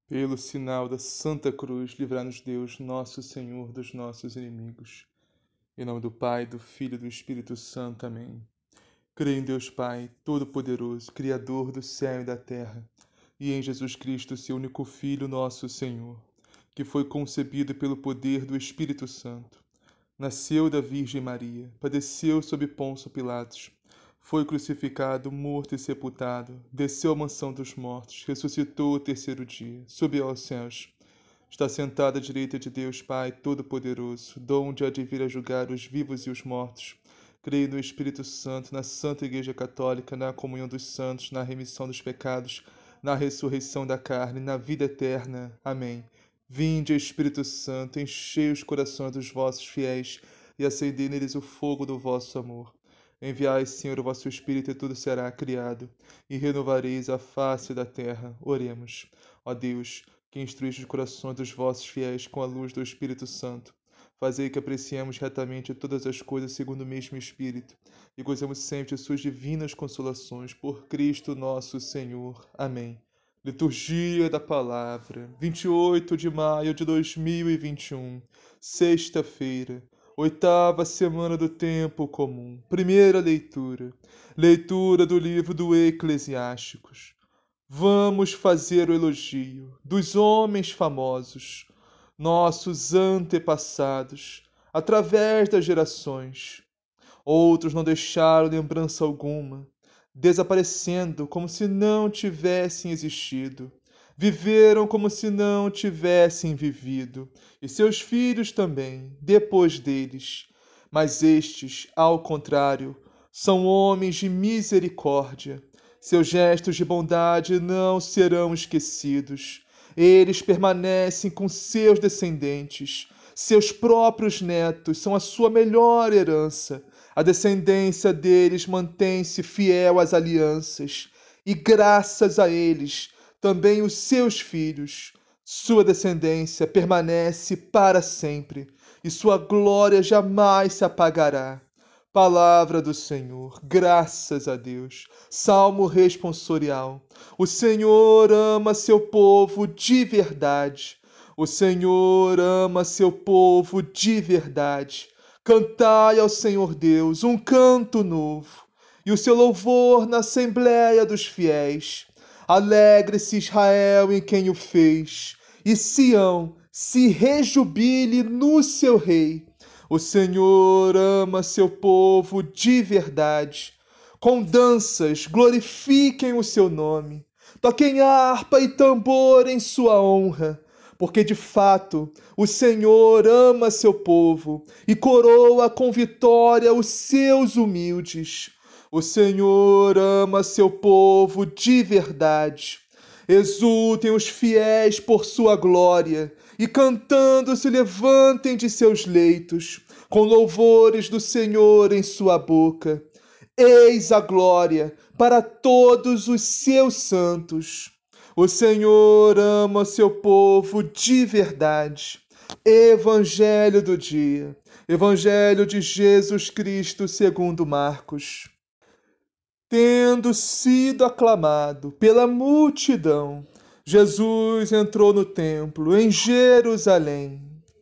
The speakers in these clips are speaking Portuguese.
Pelo sinal da Santa Cruz, livrai-nos Deus, nosso Senhor, dos nossos inimigos. Em nome do Pai, do Filho e do Espírito Santo. Amém. Creio em Deus Pai, Todo-Poderoso, Criador do céu e da terra, e em Jesus Cristo, seu único Filho, nosso Senhor, que foi concebido pelo poder do Espírito Santo. Nasceu da Virgem Maria, padeceu sob Pôncio Pilatos, foi crucificado, morto e sepultado, desceu à mansão dos mortos, ressuscitou o terceiro dia, subiu aos céus. Está sentado à direita de Deus Pai Todo-Poderoso, donde há de vir a julgar os vivos e os mortos. Creio no Espírito Santo, na Santa Igreja Católica, na comunhão dos santos, na remissão dos pecados, na ressurreição da carne, na vida eterna. Amém. Vinde, Espírito Santo, enchei os corações dos vossos fiéis e acendei neles o fogo do vosso amor. Enviai, Senhor, o vosso Espírito, e tudo será criado, e renovareis a face da terra. Oremos. Ó Deus, que instruíste os corações dos vossos fiéis com a luz do Espírito Santo, fazei que apreciemos retamente todas as coisas segundo o mesmo Espírito, e gozemos sempre de suas divinas consolações, por Cristo nosso Senhor. Amém. Liturgia da Palavra, 28 de maio de 2021, sexta-feira, oitava semana do tempo comum. Primeira leitura. Leitura do livro do Eclesiásticos. Vamos fazer o elogio dos homens famosos, nossos antepassados, através das gerações. Outros não deixaram lembrança alguma, desaparecendo como se não tivessem existido. Viveram como se não tivessem vivido, e seus filhos também, depois deles. Mas estes, ao contrário, são homens de misericórdia. Seus gestos de bondade não serão esquecidos. Eles permanecem com seus descendentes. Seus próprios netos são a sua melhor herança. A descendência deles mantém-se fiel às alianças, e graças a eles, também os seus filhos. Sua descendência permanece para sempre, e sua glória jamais se apagará. Palavra do Senhor, graças a Deus. Salmo responsorial. O Senhor ama seu povo de verdade. O Senhor ama seu povo de verdade. Cantai ao Senhor Deus um canto novo, e o seu louvor na assembléia dos fiéis. Alegre-se Israel em quem o fez, e Sião se rejubile no seu rei. O Senhor ama seu povo de verdade. Com danças glorifiquem o seu nome. Toquem harpa e tambor em sua honra, porque de fato o Senhor ama seu povo e coroa com vitória os seus humildes. O Senhor ama seu povo de verdade. Exultem os fiéis por sua glória, e cantando se levantem de seus leitos, com louvores do Senhor em sua boca. Eis a glória para todos os seus santos. O Senhor ama seu povo de verdade. Evangelho do dia. Evangelho de Jesus Cristo segundo Marcos. Tendo sido aclamado pela multidão, Jesus entrou no templo em Jerusalém.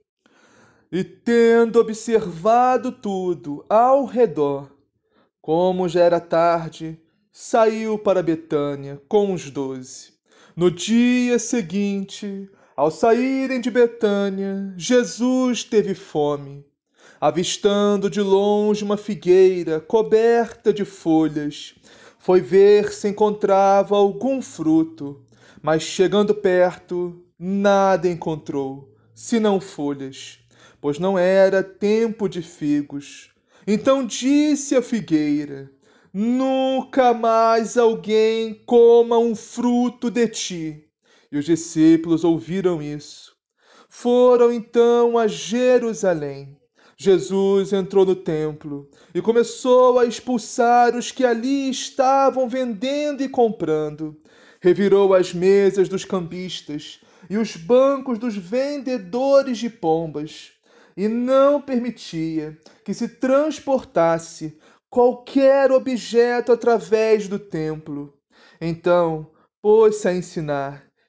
E tendo observado tudo ao redor, como já era tarde, saiu para Betânia com os 12. No dia seguinte, ao saírem de Betânia, Jesus teve fome. Avistando de longe uma figueira coberta de folhas, foi ver se encontrava algum fruto, mas chegando perto, nada encontrou, senão folhas, pois não era tempo de figos. Então disse a figueira: Nunca mais alguém coma um fruto de ti. E os discípulos ouviram isso. Foram então a Jerusalém. Jesus entrou no templo e começou a expulsar os que ali estavam vendendo e comprando. Revirou as mesas dos cambistas e os bancos dos vendedores de pombas, e não permitia que se transportasse qualquer objeto através do templo. Então pôs-se a ensinar,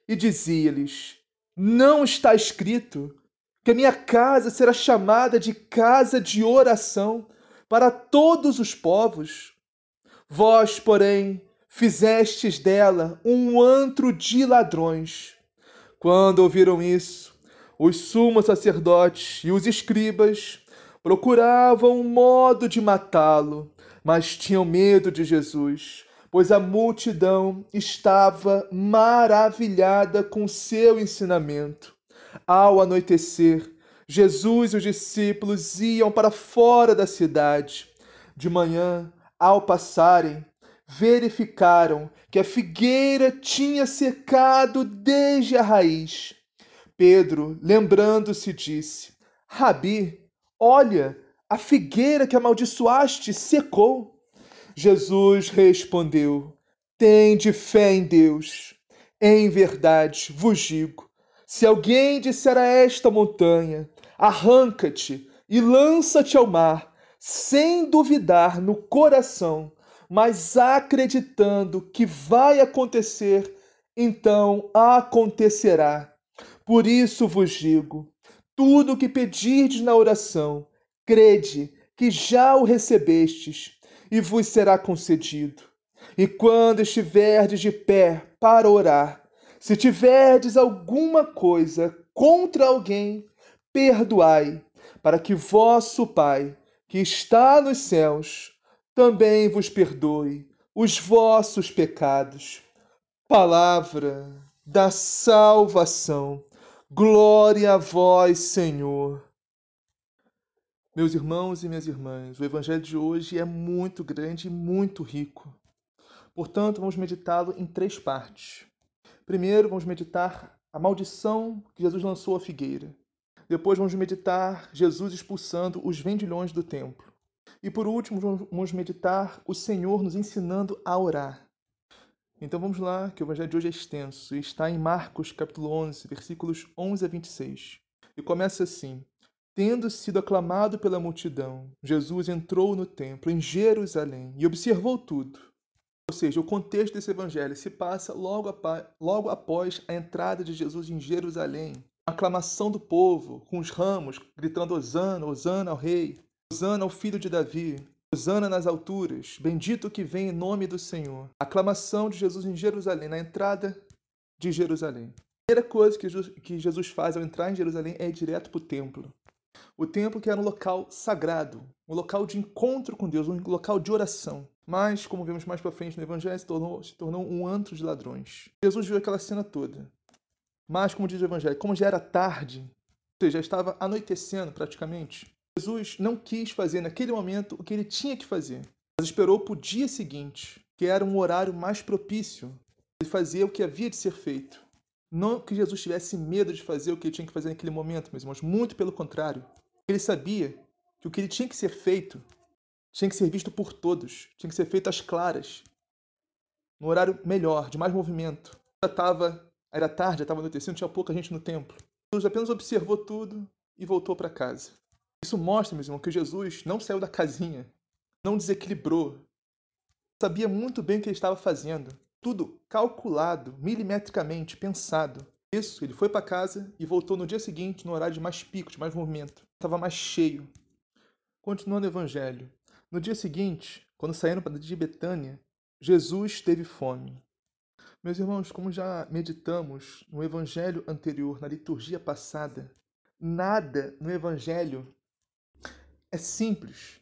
e dizia-lhes: Não está escrito que a minha casa será chamada de casa de oração para todos os povos? Vós, porém, fizestes dela um antro de ladrões. Quando ouviram isso, os sumos sacerdotes e os escribas procuravam um modo de matá-lo, mas tinham medo de Jesus, pois a multidão estava maravilhada com seu ensinamento. Ao anoitecer, Jesus e os discípulos iam para fora da cidade. De manhã, ao passarem, verificaram que a figueira tinha secado desde a raiz. Pedro, lembrando-se, disse: Rabi, olha, a figueira que amaldiçoaste secou. Jesus respondeu: Tende fé em Deus. Em verdade vos digo: se alguém disser a esta montanha, arranca-te e lança-te ao mar, sem duvidar no coração, mas acreditando que vai acontecer, então acontecerá. Por isso vos digo: tudo o que pedirdes na oração, crede que já o recebestes e vos será concedido. E quando estiverdes de pé para orar, se tiverdes alguma coisa contra alguém, perdoai, para que vosso Pai, que está nos céus, também vos perdoe os vossos pecados. Palavra da salvação. Glória a vós, Senhor. Meus irmãos e minhas irmãs, o evangelho de hoje é muito grande e muito rico. Portanto, vamos meditá-lo em 3 partes. Primeiro, vamos meditar a maldição que Jesus lançou à figueira. Depois, vamos meditar Jesus expulsando os vendilhões do templo. E por último, vamos meditar o Senhor nos ensinando a orar. Então vamos lá, que o evangelho de hoje é extenso e está em Marcos, capítulo 11, versículos 11 a 26. E começa assim: Tendo sido aclamado pela multidão, Jesus entrou no templo em Jerusalém e observou tudo. Ou seja, o contexto desse evangelho se passa logo após a entrada de Jesus em Jerusalém. A aclamação do povo, com os ramos, gritando Hosana, Hosana ao rei, Hosana ao filho de Davi, Hosana nas alturas, bendito que vem em nome do Senhor. A aclamação de Jesus em Jerusalém, na entrada de Jerusalém. A primeira coisa que Jesus faz ao entrar em Jerusalém é ir direto para o templo. O templo que era um local sagrado, um local de encontro com Deus, um local de oração. Mas, como vemos mais para frente no Evangelho, se tornou um antro de ladrões. Jesus viu aquela cena toda. Mas, como diz o Evangelho, como já era tarde, ou seja, já estava anoitecendo praticamente, Jesus não quis fazer naquele momento o que ele tinha que fazer. Mas esperou para o dia seguinte, que era um horário mais propício. Ele fazia o que havia de ser feito. Não que Jesus tivesse medo de fazer o que ele tinha que fazer naquele momento, meus irmãos. Muito pelo contrário. Ele sabia que o que ele tinha que ser feito tinha que ser visto por todos. Tinha que ser feito às claras. No horário melhor, de mais movimento. Era tarde, já estava anoitecendo, tinha pouca gente no templo. Jesus apenas observou tudo e voltou para casa. Isso mostra, meus irmãos, que Jesus não saiu da casinha, não desequilibrou. Sabia muito bem o que ele estava fazendo. Tudo calculado, milimetricamente, pensado. Isso, ele foi para casa e voltou no dia seguinte, no horário de mais pico, de mais movimento. Estava mais cheio. Continuando o evangelho. No dia seguinte, quando saíram de Betânia, Jesus teve fome. Meus irmãos, como já meditamos no evangelho anterior, na liturgia passada, nada no evangelho é simples,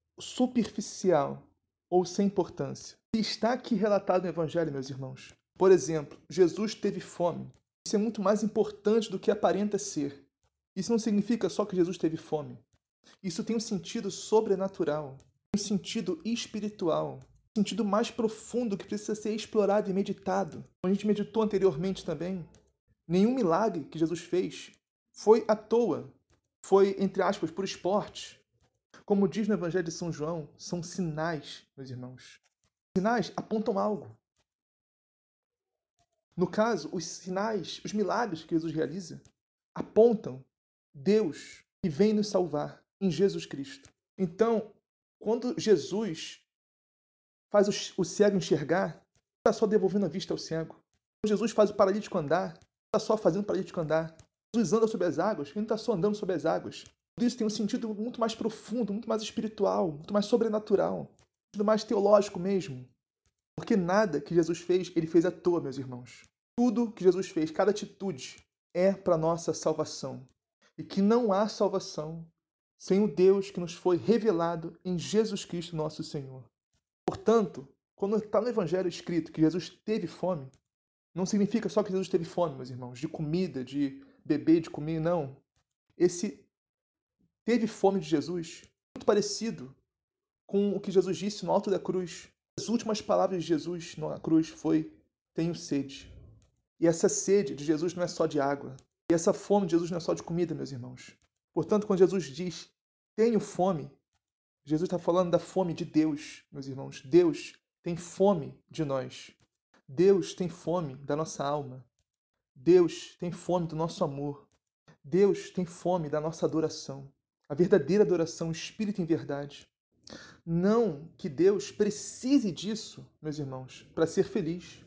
superficial ou sem importância. E está aqui relatado no evangelho, meus irmãos. Por exemplo, Jesus teve fome. Isso é muito mais importante do que aparenta ser. Isso não significa só que Jesus teve fome. Isso tem um sentido sobrenatural, um sentido espiritual, um sentido mais profundo que precisa ser explorado e meditado. Como a gente meditou anteriormente também, nenhum milagre que Jesus fez foi à toa, foi, entre aspas, por esporte. Como diz no Evangelho de São João, são sinais, meus irmãos. Sinais apontam algo. No caso, os sinais, os milagres que Jesus realiza, apontam Deus que vem nos salvar em Jesus Cristo. Então, quando Jesus faz o cego enxergar, não está só devolvendo a vista ao cego. Jesus faz o paralítico andar, não está só fazendo o paralítico andar. Jesus anda sobre as águas, ele não está só andando sobre as águas. Tudo isso tem um sentido muito mais profundo, muito mais espiritual, muito mais sobrenatural, muito mais teológico mesmo. Porque nada que Jesus fez, ele fez à toa, meus irmãos. Tudo que Jesus fez, cada atitude, é para nossa salvação. E que não há salvação sem o Deus que nos foi revelado em Jesus Cristo, nosso Senhor. Portanto, quando está no Evangelho escrito que Jesus teve fome, não significa só que Jesus teve fome, meus irmãos, de comida, de beber, de comer, não. Esse teve fome de Jesus, muito parecido com o que Jesus disse no alto da cruz. As últimas palavras de Jesus na cruz foi: tenho sede. E essa sede de Jesus não é só de água. E essa fome de Jesus não é só de comida, meus irmãos. Portanto, quando Jesus diz: tenho fome, Jesus está falando da fome de Deus, meus irmãos. Deus tem fome de nós. Deus tem fome da nossa alma. Deus tem fome do nosso amor. Deus tem fome da nossa adoração. A verdadeira adoração, o espírito em verdade. Não que Deus precise disso, meus irmãos, para ser feliz.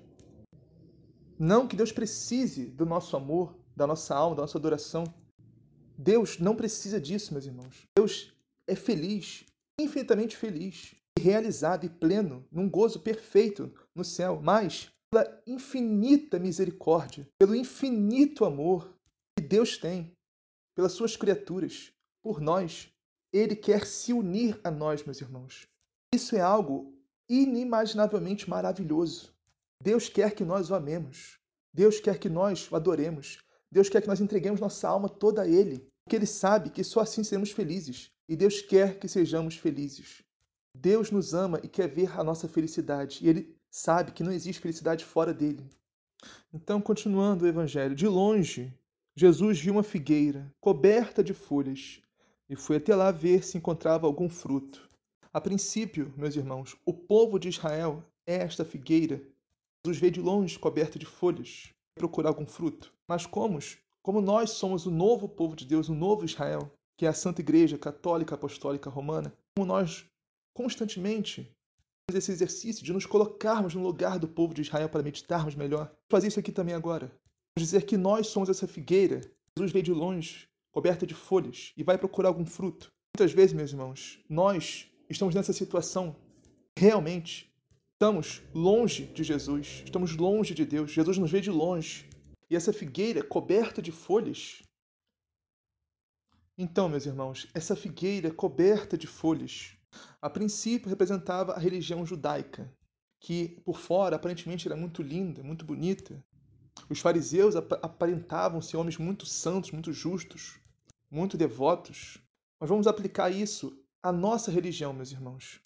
Não que Deus precise do nosso amor, da nossa alma, da nossa adoração. Deus não precisa disso, meus irmãos. Deus é feliz, infinitamente feliz, e realizado e pleno, num gozo perfeito no céu, mas pela infinita misericórdia, pelo infinito amor que Deus tem pelas suas criaturas, por nós, Ele quer se unir a nós, meus irmãos. Isso é algo inimaginavelmente maravilhoso. Deus quer que nós o amemos. Deus quer que nós o adoremos. Deus quer que nós entreguemos nossa alma toda a Ele, porque Ele sabe que só assim seremos felizes. E Deus quer que sejamos felizes. Deus nos ama e quer ver a nossa felicidade. E Ele sabe que não existe felicidade fora dele. Então, continuando o Evangelho, de longe, Jesus viu uma figueira coberta de folhas e foi até lá ver se encontrava algum fruto. A princípio, meus irmãos, o povo de Israel é esta figueira. Jesus vê de longe coberta de folhas procurar algum fruto. Mas como nós somos o novo povo de Deus, o novo Israel, que é a Santa Igreja Católica Apostólica Romana, como nós constantemente esse exercício de nos colocarmos no lugar do povo de Israel para meditarmos melhor. Vamos fazer isso aqui também agora. Vamos dizer que nós somos essa figueira. Jesus veio de longe, coberta de folhas, e vai procurar algum fruto. Muitas vezes, meus irmãos, nós estamos nessa situação. Realmente, estamos longe de Jesus, estamos longe de Deus. Jesus nos vê de longe. E essa figueira coberta de folhas. Então, meus irmãos, essa figueira coberta de folhas, a princípio representava a religião judaica, que por fora aparentemente era muito linda, muito bonita. Os fariseus aparentavam ser homens muito santos, muito justos, muito devotos. Mas vamos aplicar isso à nossa religião, meus irmãos,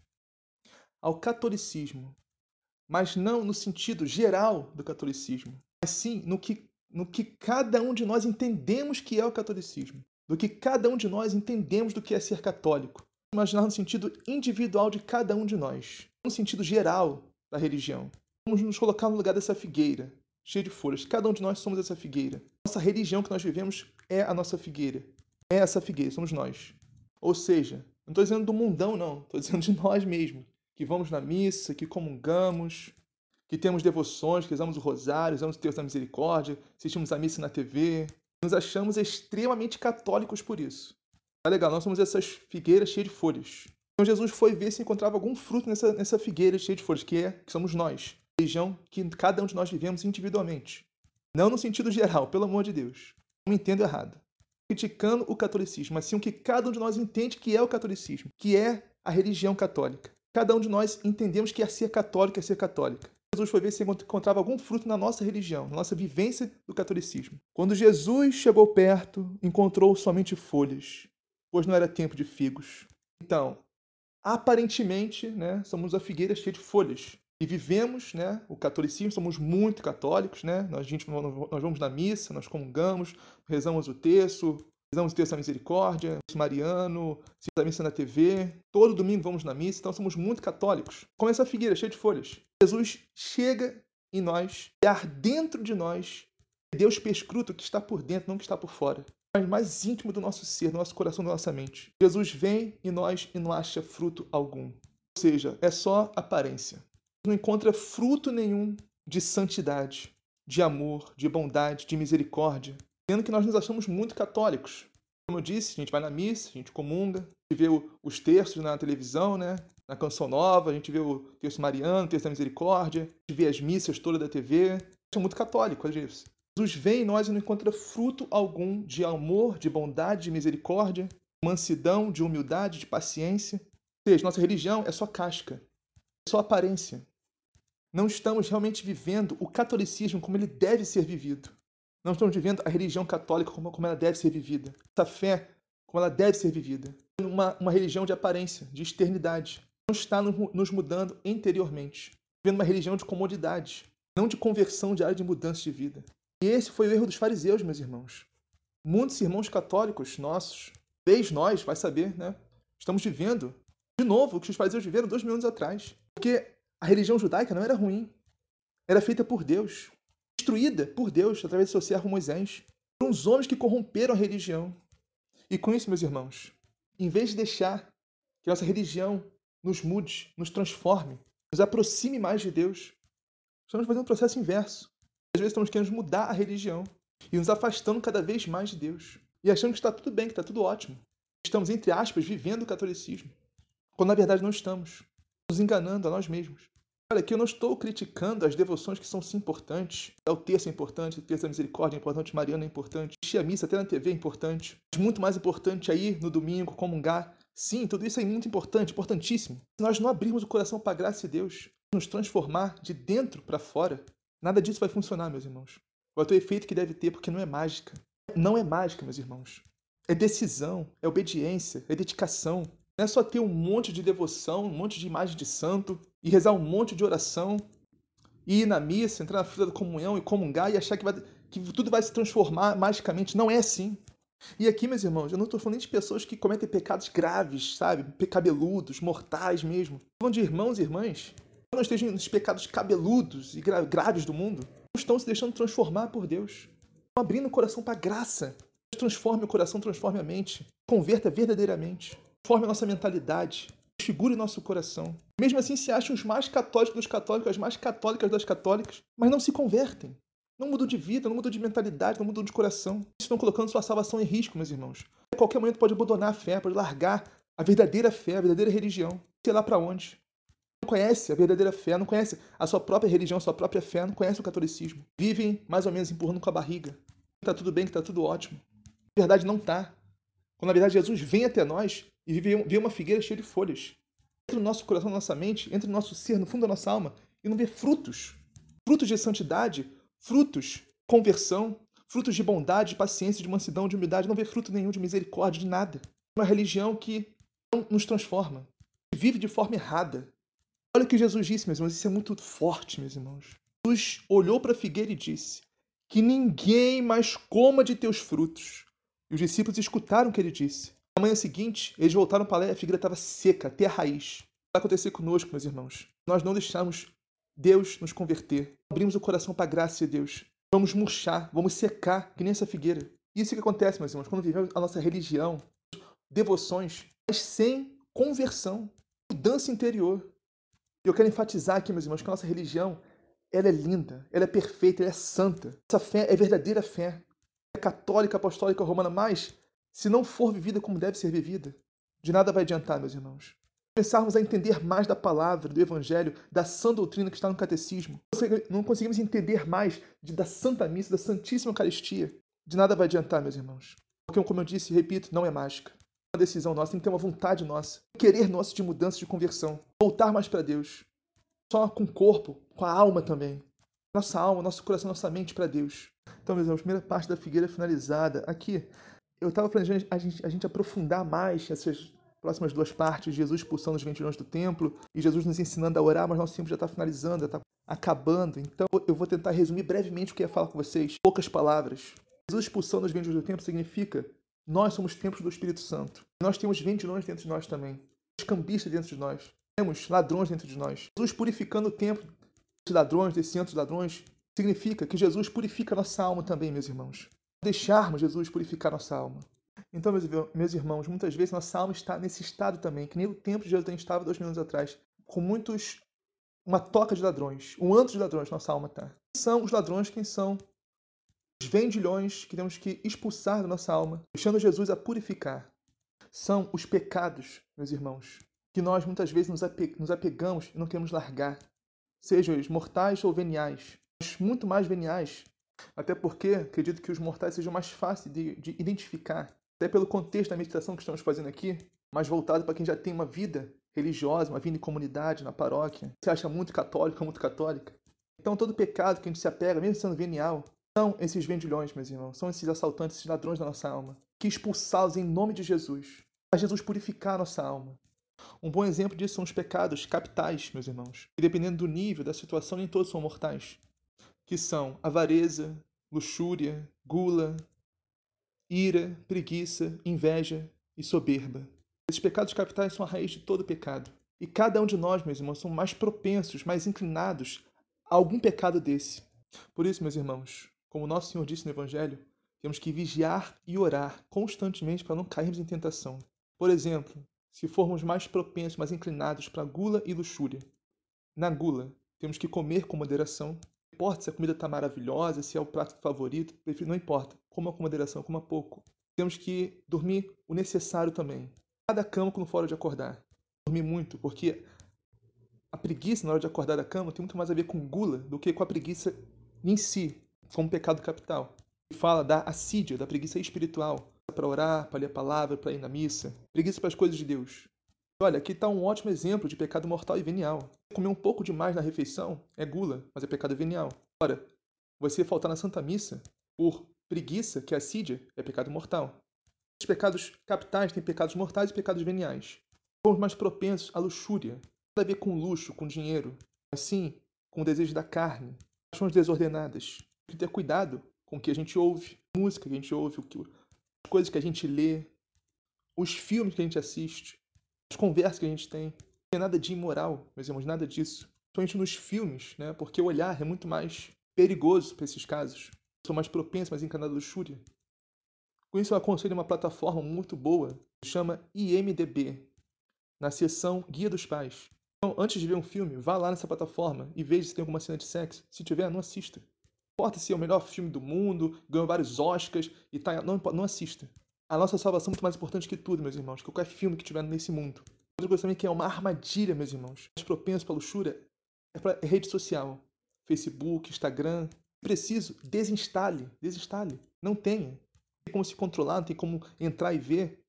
ao catolicismo, mas não no sentido geral do catolicismo, mas sim no que cada um de nós entendemos que é o catolicismo, do que cada um de nós entendemos do que é ser católico. Imaginar no sentido individual de cada um de nós, no sentido geral da religião. Vamos nos colocar no lugar dessa figueira, cheia de folhas. Cada um de nós somos essa figueira. Nossa religião que nós vivemos é a nossa figueira. É essa figueira, somos nós. Ou seja, não estou dizendo do mundão, não. Estou dizendo de nós mesmos, que vamos na missa, que comungamos, que temos devoções, que rezamos o rosário, rezamos o Terço da Misericórdia, assistimos a missa na TV. Nos achamos extremamente católicos por isso. Tá legal, nós somos essas figueiras cheias de folhas. Então Jesus foi ver se encontrava algum fruto nessa figueira cheia de folhas, que somos nós. A religião que cada um de nós vivemos individualmente. Não no sentido geral, pelo amor de Deus. Não me entendo errado. Criticando o catolicismo, mas sim o que cada um de nós entende que é o catolicismo, que é a religião católica. Cada um de nós entendemos que é ser católico, é ser católica. Jesus foi ver se encontrava algum fruto na nossa religião, na nossa vivência do catolicismo. Quando Jesus chegou perto, encontrou somente folhas, pois não era tempo de figos. Então, aparentemente, né, somos a figueira cheia de folhas. E vivemos, né, o catolicismo, somos muito católicos, né? Nós vamos na missa, nós comungamos, rezamos o terço, rezamos o terço da misericórdia, o mariano, assistimos a missa na TV, todo domingo vamos na missa, então somos muito católicos. Como essa figueira cheia de folhas. Jesus chega em nós, e ar dentro de nós, Deus perscruta o que está por dentro, não o que está por fora. Mais íntimo do nosso ser, do nosso coração, da nossa mente. Jesus vem em nós e não acha fruto algum. Ou seja, é só aparência. Não encontra fruto nenhum de santidade. de amor, de bondade, de misericórdia, sendo que nós nos achamos muito católicos. Como eu disse, a gente vai na missa, a gente comunga, a gente vê os terços na televisão, né? Na Canção Nova, a gente vê o terço mariano, o terço da misericórdia, a gente vê as missas todas da TV. A gente é muito católico, é isso. Jesus vem em nós e não encontra fruto algum de amor, de bondade, de misericórdia, de mansidão, de humildade, de paciência. Ou seja, nossa religião é só casca, é só aparência. Não estamos realmente vivendo o catolicismo como ele deve ser vivido. Não estamos vivendo a religião católica como ela deve ser vivida. Essa fé como ela deve ser vivida. Uma religião de aparência, de externidade. Não está nos mudando interiormente. Vivendo uma religião de comodidade, não de conversão diária, de mudança de vida. E esse foi o erro dos fariseus, meus irmãos. Muitos irmãos católicos nossos, desde nós, vai saber, né? Estamos vivendo de novo o que os fariseus viveram 2000 anos atrás. Porque a religião judaica não era ruim. Era feita por Deus. Destruída por Deus através do seu servo Moisés. Foram os homens que corromperam a religião. E com isso, meus irmãos, em vez de deixar que nossa religião nos mude, nos transforme, nos aproxime mais de Deus, estamos fazendo o processo inverso. Às vezes estamos querendo mudar a religião e nos afastando cada vez mais de Deus. E achando que está tudo bem, que está tudo ótimo. Estamos, entre aspas, vivendo o catolicismo. Quando na verdade não estamos. Nos enganando a nós mesmos. Olha, aqui eu não estou criticando as devoções que são sim importantes. O terço é importante, o terço da misericórdia é importante, Mariana é importante, assistir a missa até na TV é importante. Mas muito mais importante é ir no domingo, comungar. Sim, tudo isso é muito importante, importantíssimo. Se nós não abrirmos o coração para a graça de Deus, nos transformar de dentro para fora, nada disso vai funcionar, meus irmãos. Vai ter o efeito que deve ter, porque não é mágica. Não é mágica, meus irmãos. É decisão, é obediência, é dedicação. Não é só ter um monte de devoção, um monte de imagem de santo, e rezar um monte de oração, e ir na missa, entrar na fila da comunhão e comungar e achar que tudo vai se transformar magicamente. Não é assim. E aqui, meus irmãos, eu não estou falando nem de pessoas que cometem pecados graves, sabe? Cabeludos, mortais mesmo. Estou falando de irmãos e irmãs que não estejam nos pecados cabeludos e graves do mundo, não estão se deixando transformar por Deus. Estão abrindo o coração para a graça. Transforme o coração, transforme a mente. Converta verdadeiramente. Transforme a nossa mentalidade. Desfigure nosso coração. Mesmo assim, se acham os mais católicos dos católicos, as mais católicas das católicas, mas não se convertem. Não mudam de vida, não mudam de mentalidade, não mudam de coração. Estão colocando sua salvação em risco, meus irmãos. A qualquer momento pode abandonar a fé, pode largar a verdadeira fé, a verdadeira religião. Sei lá para onde. Não conhece a verdadeira fé, não conhece a sua própria religião, a sua própria fé, não conhece o catolicismo. Vivem mais ou menos empurrando com a barriga. Que tá tudo bem, que tá tudo ótimo. Na verdade, não tá. Quando na verdade Jesus vem até nós e vê uma figueira cheia de folhas. Entra no nosso coração, na nossa mente, entra no nosso ser, no fundo da nossa alma, e não vê frutos. Frutos de santidade, frutos de conversão, frutos de bondade, de paciência, de mansidão, de humildade, não vê fruto nenhum de misericórdia, de nada. Uma religião que não nos transforma, que vive de forma errada. Olha o que Jesus disse, meus irmãos, isso é muito forte, meus irmãos. Jesus olhou para a figueira e disse: que ninguém mais coma de teus frutos. E os discípulos escutaram o que ele disse. Na manhã seguinte, eles voltaram para lá e a figueira estava seca, até a raiz. O que vai acontecer conosco, meus irmãos? Nós não deixamos Deus nos converter. Abrimos o coração para a graça de Deus. Vamos murchar, vamos secar, que nem essa figueira. Isso que acontece, meus irmãos, quando vivemos a nossa religião, devoções, mas sem conversão, mudança interior. E eu quero enfatizar aqui, meus irmãos, que a nossa religião, ela é linda, ela é perfeita, ela é santa. Essa fé é verdadeira fé. É católica, apostólica, romana, mas se não for vivida como deve ser vivida, de nada vai adiantar, meus irmãos. Começarmos a entender mais da palavra, do evangelho, da sã doutrina que está no catecismo. Não conseguimos entender mais da Santa Missa, da Santíssima Eucaristia. De nada vai adiantar, meus irmãos. Porque, como eu disse e repito, não é mágica. É uma decisão nossa, tem que ter uma vontade nossa, um querer nosso de mudança, de conversão. Voltar mais para Deus. Só com o corpo, com a alma também. Nossa alma, nosso coração, nossa mente para Deus. Então, meus irmãos, a primeira parte da figueira finalizada. Aqui, eu estava planejando a gente aprofundar mais essas próximas duas partes. Jesus expulsando os vendilhões do templo e Jesus nos ensinando a orar, mas nosso tempo já está finalizando, já está acabando. Então, eu vou tentar resumir brevemente o que eu ia falar com vocês. Poucas palavras. Jesus expulsando os vendilhões do templo significa nós somos templos do Espírito Santo. Nós temos vendilhões dentro de nós também. Temos cambistas dentro de nós. Temos ladrões dentro de nós. Jesus purificando o templo desses ladrões, desses santos ladrões, significa que Jesus purifica a nossa alma também, meus irmãos. Deixarmos Jesus purificar nossa alma. Então, meus irmãos, muitas vezes nossa alma está nesse estado também, que nem o templo de Jerusalém estava 2000 anos atrás, com uma toca de ladrões, um antro de ladrões, nossa alma está. São os ladrões, quem são? Os vendilhões que temos que expulsar da nossa alma, deixando Jesus a purificar. São os pecados, meus irmãos, que nós muitas vezes nos apegamos e não queremos largar, sejam eles mortais ou veniais, mas muito mais veniais, até porque acredito que os mortais sejam mais fáceis de identificar, até pelo contexto da meditação que estamos fazendo aqui, mais voltado para quem já tem uma vida religiosa, uma vida em comunidade, na paróquia, se acha muito católico ou muito católica. Então todo pecado que a gente se apega, mesmo sendo venial, são esses vendilhões, meus irmãos, são esses assaltantes, esses ladrões da nossa alma, que expulsá-los em nome de Jesus, para Jesus purificar a nossa alma. Um bom exemplo disso são os pecados capitais, meus irmãos. E dependendo do nível, da situação, nem todos são mortais. Que são avareza, luxúria, gula, ira, preguiça, inveja e soberba. Esses pecados capitais são a raiz de todo pecado. E cada um de nós, meus irmãos, são mais propensos, mais inclinados a algum pecado desse. Por isso, meus irmãos, como nosso Senhor disse no Evangelho, temos que vigiar e orar constantemente para não cairmos em tentação. Por exemplo, se formos mais propensos, mais inclinados para gula e luxúria. Na gula, temos que comer com moderação. Não importa se a comida está maravilhosa, se é o prato favorito, não importa. Coma com moderação, coma pouco. Temos que dormir o necessário também. Cada cama quando for hora de acordar. Dormir muito, porque a preguiça na hora de acordar da cama tem muito mais a ver com gula do que com a preguiça em si, como pecado capital. Fala da assídia, da preguiça espiritual, para orar, para ler a palavra, para ir na missa, preguiça para as coisas de Deus. Olha, aqui está um ótimo exemplo de pecado mortal e venial. Comer um pouco demais na refeição é gula, mas é pecado venial. Ora, você faltar na Santa Missa por preguiça, que é assídia, é pecado mortal. Os pecados capitais têm pecados mortais e pecados veniais. Somos mais propensos à luxúria. Nada a ver com luxo, com dinheiro, mas sim com o desejo da carne, paixões desordenadas. Tem que ter cuidado com o que a gente ouve, a música que a gente ouve, as coisas que a gente lê, os filmes que a gente assiste, as conversas que a gente tem. Não tem nada de imoral, meus irmãos, nada disso. Principalmente nos filmes, né? Porque o olhar é muito mais perigoso para esses casos. Sou mais propenso, mais encanado à luxúria. Com isso, eu aconselho uma plataforma muito boa, que chama IMDb, na seção Guia dos Pais. Então, antes de ver um filme, vá lá nessa plataforma e veja se tem alguma cena de sexo. Se tiver, não assista. Não importa se é o melhor filme do mundo, ganhou vários Oscars e tá, não assista. A nossa salvação é muito mais importante que tudo, meus irmãos, que qualquer filme que tiver nesse mundo. Outra coisa também que é uma armadilha, meus irmãos, mais propenso para luxúria, é para rede social. Facebook, Instagram. Se preciso, desinstale. Desinstale. Não tenha. Não tem como se controlar, não tem como entrar e ver.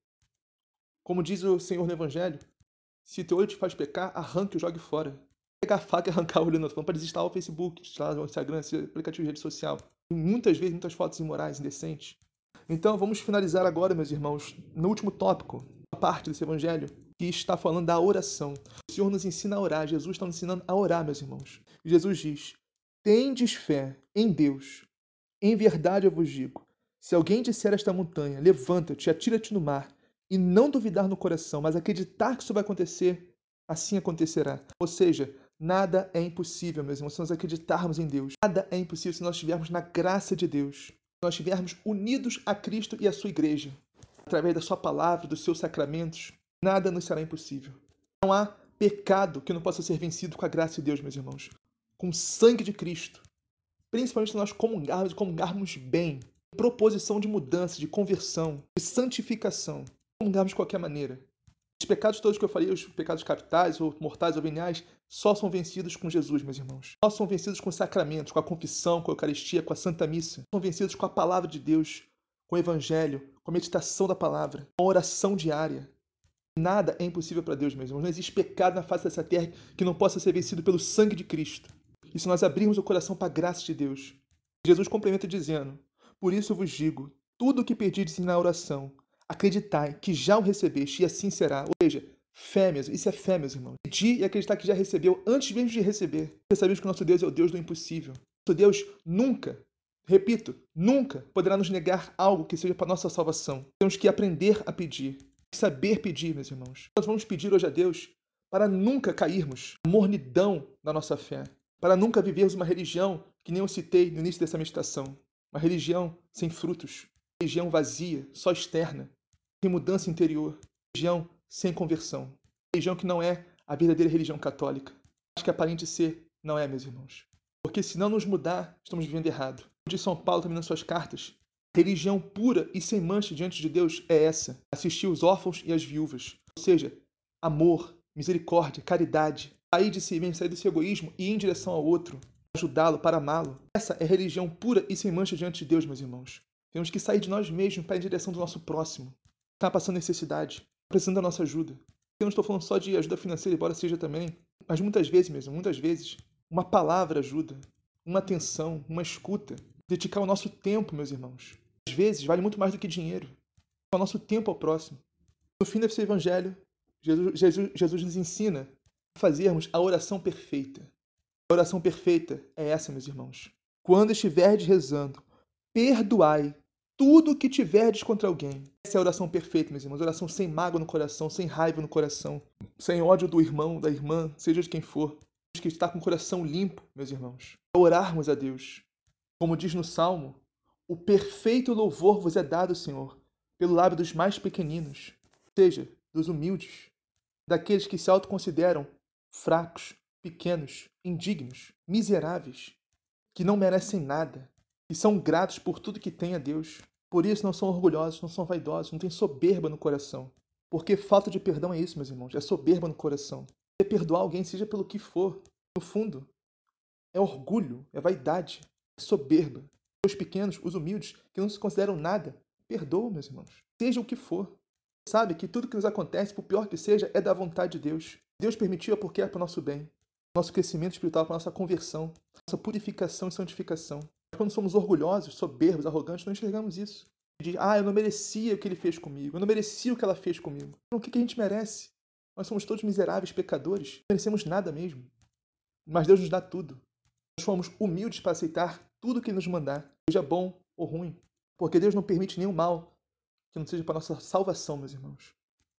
Como diz o Senhor no Evangelho, se teu olho te faz pecar, arranque e jogue fora. Pegar a faca e arrancar o olho no outro, para desinstalar o Facebook, desinstalar o Instagram, esse aplicativo de rede social. Tem muitas vezes, muitas fotos imorais, indecentes. Então, vamos finalizar agora, meus irmãos, no último tópico, a parte desse evangelho, que está falando da oração. O Senhor nos ensina a orar, Jesus está nos ensinando a orar, meus irmãos. Jesus diz: tendes fé em Deus. Em verdade eu vos digo, se alguém disser a esta montanha, levanta-te, atira-te no mar, e não duvidar no coração, mas acreditar que isso vai acontecer, assim acontecerá. Ou seja, nada é impossível, meus irmãos, se nós acreditarmos em Deus. Nada é impossível se nós estivermos na graça de Deus. Se nós estivermos unidos a Cristo e a sua igreja, através da sua palavra, dos seus sacramentos, nada nos será impossível. Não há pecado que não possa ser vencido com a graça de Deus, meus irmãos. Com o sangue de Cristo. Principalmente se nós comungarmos e comungarmos bem, proposição de mudança, de conversão, de santificação, comungarmos de qualquer maneira. Os pecados todos que eu falei, os pecados capitais, ou mortais, ou veniais, só são vencidos com Jesus, meus irmãos. Só são vencidos com sacramentos, com a confissão, com a Eucaristia, com a Santa Missa. São vencidos com a Palavra de Deus, com o Evangelho, com a meditação da Palavra, com a oração diária. Nada é impossível para Deus, meus irmãos. Não existe pecado na face dessa terra que não possa ser vencido pelo sangue de Cristo. E se nós abrirmos o coração para a graça de Deus, Jesus complementa dizendo: por isso eu vos digo, tudo o que pedirdes na oração, acreditai que já o recebeste e assim será. Ou seja, fé mesmo, isso é fé, meus irmãos. Pedir e acreditar que já recebeu antes mesmo de receber. Porque sabemos que o nosso Deus é o Deus do impossível. Nosso Deus nunca, repito, nunca poderá nos negar algo que seja para nossa salvação. Temos que aprender a pedir, saber pedir, meus irmãos. Nós vamos pedir hoje a Deus para nunca cairmos na mornidão da nossa fé, para nunca vivermos uma religião que nem eu citei no início dessa meditação, uma religião sem frutos, religião vazia, só externa, sem mudança interior, religião sem conversão, religião que não é a verdadeira religião católica. Acho que aparente ser, não é, meus irmãos. Porque se não nos mudar, estamos vivendo errado. De São Paulo também nas suas cartas, religião pura e sem mancha diante de Deus é essa: assistir os órfãos e as viúvas. Ou seja, amor, misericórdia, caridade, sair de si mesmo, sair desse egoísmo e ir em direção ao outro, ajudá-lo, para amá-lo. Essa é religião pura e sem mancha diante de Deus, meus irmãos. Temos que sair de nós mesmos para ir em direção do nosso próximo, que está passando necessidade, precisando da nossa ajuda. Eu não estou falando só de ajuda financeira, embora seja também, mas muitas vezes mesmo, muitas vezes, uma palavra ajuda, uma atenção, uma escuta, dedicar o nosso tempo, meus irmãos. Às vezes vale muito mais do que dinheiro, o nosso tempo ao próximo. No fim desse evangelho, Jesus nos ensina a fazermos a oração perfeita. A oração perfeita é essa, meus irmãos. Quando estiverdes rezando, perdoai tudo o que tiverdes contra alguém. Essa é a oração perfeita, meus irmãos. Oração sem mágoa no coração, sem raiva no coração, sem ódio do irmão, da irmã, seja de quem for. Temos que estar com o coração limpo, meus irmãos. Orarmos a Deus. Como diz no Salmo, o perfeito louvor vos é dado, Senhor, pelo lábio dos mais pequeninos, ou seja, dos humildes, daqueles que se autoconsideram fracos, pequenos, indignos, miseráveis, que não merecem nada, e são gratos por tudo que têm a Deus. Por isso não são orgulhosos, não são vaidosos, não têm soberba no coração. Porque falta de perdão é isso, meus irmãos, é soberba no coração. É perdoar alguém, seja pelo que for, no fundo, é orgulho, é vaidade, é soberba. Os pequenos, os humildes, que não se consideram nada, perdoam, meus irmãos, seja o que for. Sabe que tudo que nos acontece, por pior que seja, é da vontade de Deus. Deus permitiu porque é para o nosso bem, nosso crescimento espiritual, para a nossa conversão, nossa purificação e santificação. Mas quando somos orgulhosos, soberbos, arrogantes, não enxergamos isso. Diz, eu não merecia o que ele fez comigo, eu não merecia o que ela fez comigo. Então, o que a gente merece? Nós somos todos miseráveis, pecadores, não merecemos nada mesmo. Mas Deus nos dá tudo. Nós fomos humildes para aceitar tudo que ele nos mandar, seja bom ou ruim. Porque Deus não permite nenhum mal que não seja para a nossa salvação, meus irmãos.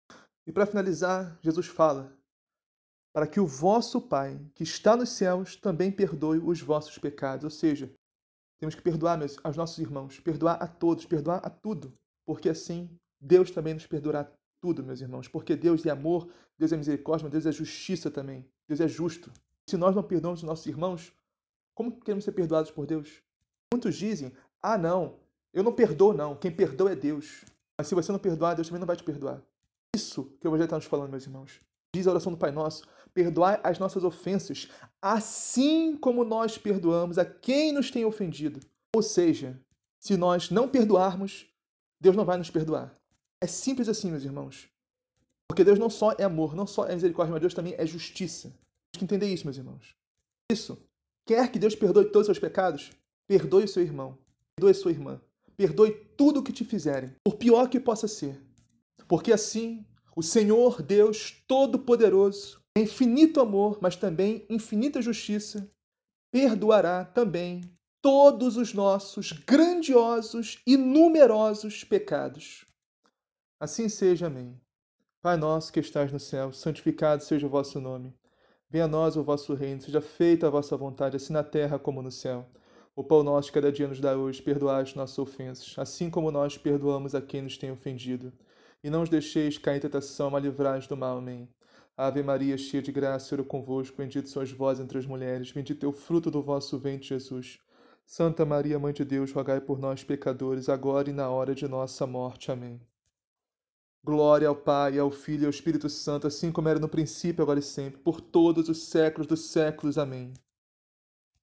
E para finalizar, Jesus fala: para que o vosso Pai, que está nos céus, também perdoe os vossos pecados. Ou seja, temos que perdoar aos nossos irmãos, perdoar a todos, perdoar a tudo. Porque assim, Deus também nos perdoará tudo, meus irmãos. Porque Deus é amor, Deus é misericórdia, mas Deus é justiça também. Deus é justo. Se nós não perdoamos os nossos irmãos, como queremos ser perdoados por Deus? Muitos dizem, não, eu não perdoo não, quem perdoa é Deus. Mas se você não perdoar, Deus também não vai te perdoar. Isso que o Evangelho está nos falando, meus irmãos. Diz a oração do Pai Nosso, perdoai as nossas ofensas, assim como nós perdoamos a quem nos tem ofendido. Ou seja, se nós não perdoarmos, Deus não vai nos perdoar. É simples assim, meus irmãos. Porque Deus não só é amor, não só é misericórdia, mas Deus também é justiça. Temos que entender isso, meus irmãos. Isso. Quer que Deus perdoe todos os seus pecados? Perdoe o seu irmão. Perdoe a sua irmã. Perdoe tudo o que te fizerem, por pior que possa ser. Porque assim, o Senhor Deus Todo-Poderoso, é infinito amor, mas também infinita justiça, perdoará também todos os nossos grandiosos e numerosos pecados. Assim seja, amém. Pai nosso que estais no céu, santificado seja o vosso nome. Venha a nós o vosso reino, seja feita a vossa vontade, assim na terra como no céu. O pão nosso de cada dia nos dá hoje, perdoai as nossas ofensas, assim como nós perdoamos a quem nos tem ofendido. E não os deixeis cair em tentação, mas livrai-nos do mal. Amém. Ave Maria, cheia de graça, o Senhor é convosco, bendito sois vós entre as mulheres, bendito é o fruto do vosso ventre, Jesus. Santa Maria, Mãe de Deus, rogai por nós, pecadores, agora e na hora de nossa morte. Amém. Glória ao Pai, ao Filho e ao Espírito Santo, assim como era no princípio, agora e sempre, por todos os séculos dos séculos. Amém.